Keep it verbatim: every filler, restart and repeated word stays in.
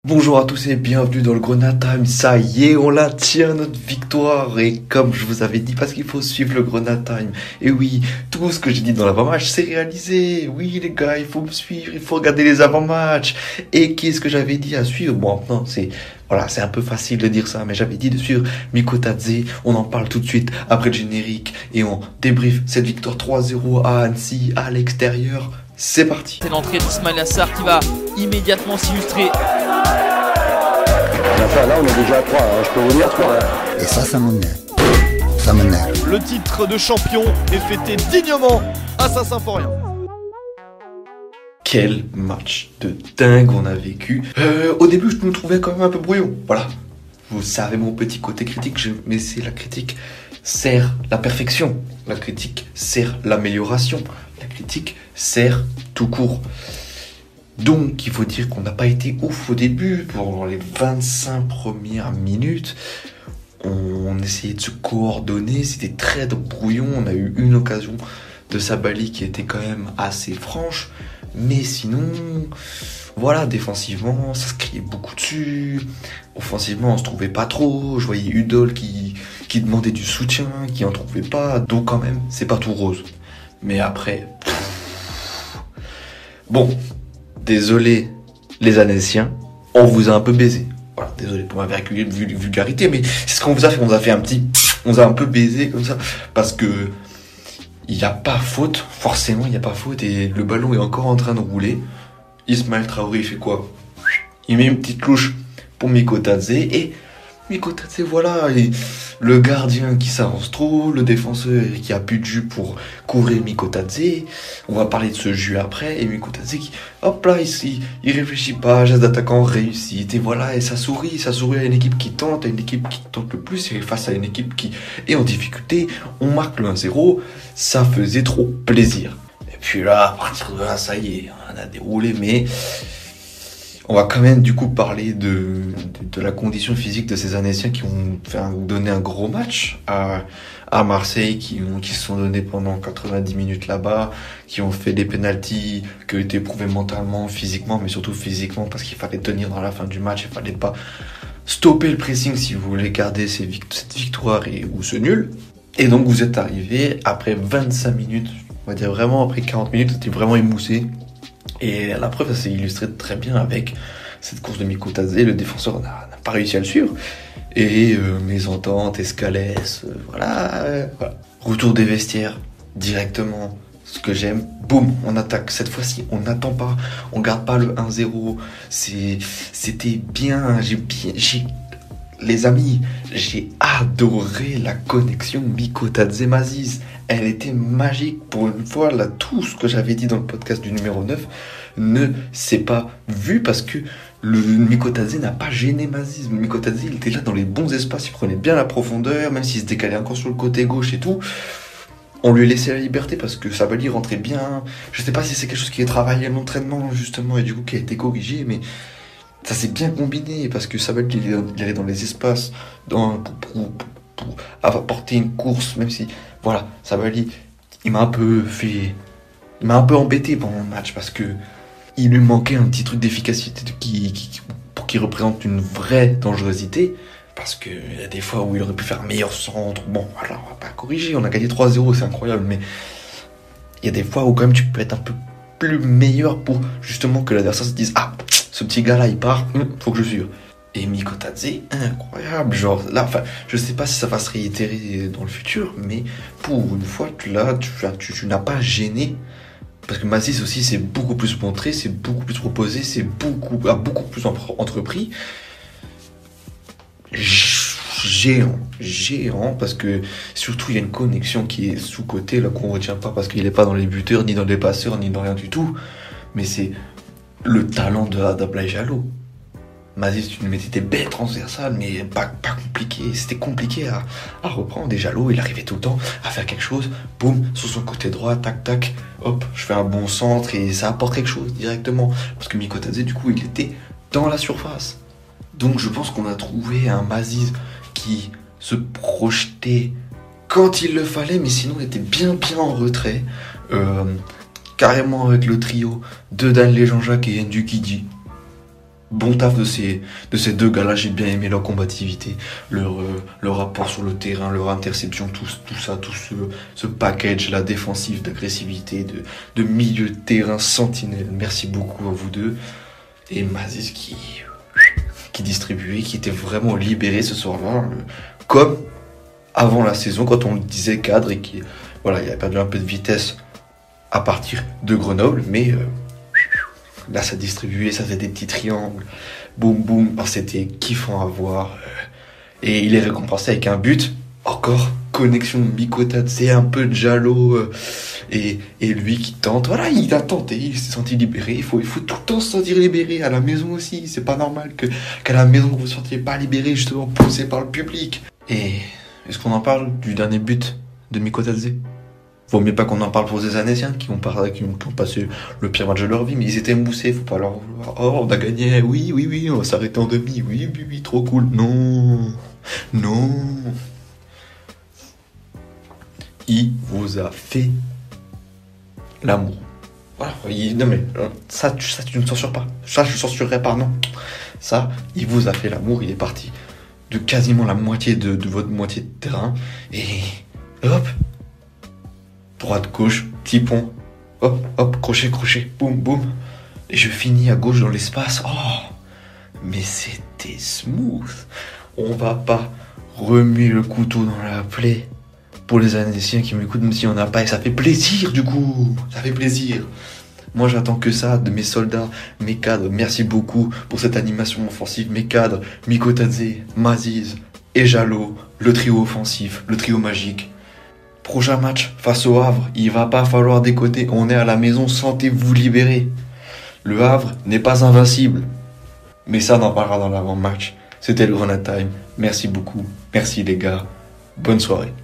Bonjour à tous et bienvenue dans le Grenade Time. Ça y est, on la tient notre victoire. Et comme je vous avais dit, parce qu'il faut suivre le Grenade Time. Et oui, tout ce que j'ai dit dans l'avant-match, c'est réalisé. Oui les gars, il faut me suivre, il faut regarder les avant-matchs. Et qu'est-ce que j'avais dit à suivre? Bon, non, c'est voilà, c'est un peu facile de dire ça, mais j'avais dit de suivre Mikotadze. On en parle tout de suite après le générique et on débriefe cette victoire trois zéro à Annecy à l'extérieur. C'est parti. C'est l'entrée d'Ismail Assar qui va immédiatement s'illustrer. Enfin, là, on est déjà à trois, hein, je peux vous dire trois. Et ça, ça m'énerve. Ça m'énerve. Le titre de champion est fêté dignement à Saint-Symphorien. Quel match de dingue on a vécu. Euh, au début, je me trouvais quand même un peu brouillon. Voilà. Vous savez mon petit côté critique, je... mais c'est la critique sert la perfection. La critique sert l'amélioration. La critique sert tout court. Donc, il faut dire qu'on n'a pas été ouf au début. Pendant les vingt-cinq premières minutes, on essayait de se coordonner. C'était très brouillon. On a eu une occasion de Sabali qui était quand même assez franche. Mais sinon, voilà, défensivement, ça se criait beaucoup dessus. Offensivement, on se trouvait pas trop. Je voyais Udol qui, qui demandait du soutien, qui en trouvait pas. Donc quand même, c'est pas tout rose. Mais après... Bon... Désolé les Annéciens, on vous a un peu baisé. Voilà, désolé pour ma vulgarité, mais c'est ce qu'on vous a fait. On vous a fait un petit... On vous a un peu baisé comme ça. Parce que... Il n'y a pas faute. Forcément, il n'y a pas faute. Et le ballon est encore en train de rouler. Ismaël Traoré, il fait quoi? Il met une petite louche pour Mikotadze. Et Mikotadze, voilà. Et le gardien qui s'avance trop. Le défenseur qui a plus de jus pour couvrir Mikotadze. On va parler de ce jus après. Et Mikotadze qui, hop là, ici, il réfléchit pas. Geste d'attaquant, réussite. Et voilà, et ça sourit. Ça sourit à une équipe qui tente, à une équipe qui tente le plus. Et face à une équipe qui est en difficulté, on marque le un zéro. Ça faisait trop plaisir. Et puis là, à partir de là, ça y est, on a déroulé. Mais on va quand même du coup parler de, de, de la condition physique de ces Annéciens qui ont fait un, donné un gros match à, à Marseille, qui, ont, qui se sont donnés pendant quatre-vingt-dix minutes là-bas, qui ont fait des pénaltys, qui ont été prouvés mentalement, physiquement, mais surtout physiquement, parce qu'il fallait tenir dans la fin du match, il fallait pas stopper le pressing si vous voulez garder ces, cette victoire et, ou ce nul. Et donc vous êtes arrivé après vingt-cinq minutes, on va dire vraiment après quarante minutes, c'était vraiment émoussé. Et la preuve, ça s'est illustré très bien avec cette course de Mikotadze. Le défenseur n'a, n'a pas réussi à le suivre. Et euh, mésentente, escalès, euh, voilà, euh, voilà. Retour des vestiaires, directement. Ce que j'aime, boum, on attaque. Cette fois-ci, on n'attend pas, on garde pas le un zéro. C'est, c'était bien, j'ai bien, j'ai... Les amis, j'ai adoré la connexion Mikotadze-Maziz. Elle était magique. Pour une fois, là, tout ce que j'avais dit dans le podcast du numéro neuf ne s'est pas vu parce que le Mikotadze n'a pas gêné Maziz. Mikotadze, il était là dans les bons espaces, il prenait bien la profondeur, même s'il se décalait encore sur le côté gauche et tout. On lui laissait la liberté parce que Sabali rentrait bien. Je sais pas si c'est quelque chose qui est travaillé à l'entraînement, justement, et du coup qui a été corrigé, mais... Ça s'est bien combiné parce que Sabali il allait dans les espaces dans, pour, pour, pour, pour apporter une course, même si voilà, Sabali il m'a un peu fait, il m'a un peu embêté pendant le match parce que il lui manquait un petit truc d'efficacité qui, qui, pour qu'il représente une vraie dangerosité. Parce que il y a des fois où il aurait pu faire un meilleur centre. Bon, voilà, on va pas corriger, on a gagné trois zéro, c'est incroyable, mais il y a des fois où quand même tu peux être un peu plus meilleur pour justement que l'adversaire se dise ah, ce petit gars là il part, faut que je suive. Et Mikotadze, incroyable, genre là, enfin, je sais pas si ça va se réitérer dans le futur, mais pour une fois, tu, là, tu, tu, tu n'as pas gêné, parce que Maziz aussi c'est beaucoup plus montré, c'est beaucoup plus proposé, c'est beaucoup, a beaucoup plus entrepris. Géant, géant, parce que surtout il y a une connexion qui est sous-côté, là qu'on retient pas parce qu'il est pas dans les buteurs, ni dans les passeurs, ni dans rien du tout, mais c'est le talent de Abdoulaye Diallo. Maziz, tu mettais des baies transversales, mais pas, pas compliqué. C'était compliqué à, à reprendre. Et Diallo, il arrivait tout le temps à faire quelque chose. Boum, sur son côté droit, tac, tac. Hop, je fais un bon centre et ça apporte quelque chose directement. Parce que Mikotadze, du coup, il était dans la surface. Donc je pense qu'on a trouvé un Maziz qui se projetait quand il le fallait, mais sinon il était bien, bien en retrait. Euh... Carrément avec le trio de Dan Jean-Jacques et Ndukidji. bon taf de ces, de ces deux gars-là. J'ai bien aimé leur combativité, leur, euh, leur rapport sur le terrain, leur interception, tout, tout ça, tout ce, ce package-là défensif, d'agressivité, de, de milieu de terrain sentinelle. Merci beaucoup à vous deux. Et Maziz qui, qui distribuait, qui était vraiment libéré ce soir-là, comme avant la saison, quand on le disait cadre et qui, voilà, il a perdu un peu de vitesse à partir de Grenoble, mais euh, là ça distribuait, ça faisait des petits triangles, boum boum, alors, c'était kiffant à voir, euh, et il est récompensé avec un but, encore connexion Mikotadze, un peu de Jallo, euh, et, et lui qui tente, voilà, il a tenté, il s'est senti libéré, il faut, il faut tout le temps se sentir libéré, à la maison aussi, c'est pas normal que, qu'à la maison vous ne vous sentiez pas libéré, justement poussé par le public. Et est-ce qu'on en parle du dernier but de Mikotadze? Vaut mieux pas qu'on en parle pour des Anésiens qui ont, par... qui, ont, qui ont passé le pire match de leur vie, mais ils étaient moussés, faut pas leur vouloir. Oh, on a gagné, oui, oui, oui, on va s'arrêter en demi, oui, oui, oui, trop cool. Non, non. Il vous a fait l'amour. Voilà, il... non mais ça, tu, ça tu ne censures pas. Ça je ne censurerai pas, non. Ça, il vous a fait l'amour, il est parti de quasiment la moitié de, de votre moitié de terrain, et hop, droite, gauche, petit pont, hop, hop, crochet, crochet, boum, boum, et je finis à gauche dans l'espace. Oh, mais c'était smooth. On va pas remuer le couteau dans la plaie pour les Anésiens qui m'écoutent, même si on n'a pas, et ça fait plaisir du coup, ça fait plaisir. Moi j'attends que ça de mes soldats, mes cadres. Merci beaucoup pour cette animation offensive. Mes cadres, Mikotadze, Maziz et Jallo, le trio offensif, le trio magique. Prochain match face au Havre, il va pas falloir décoter. On est à la maison, sentez-vous libérés. Le Havre n'est pas invincible. Mais ça on en parlera dans l'avant-match. C'était le Grenade Time. Merci beaucoup. Merci les gars. Bonne soirée.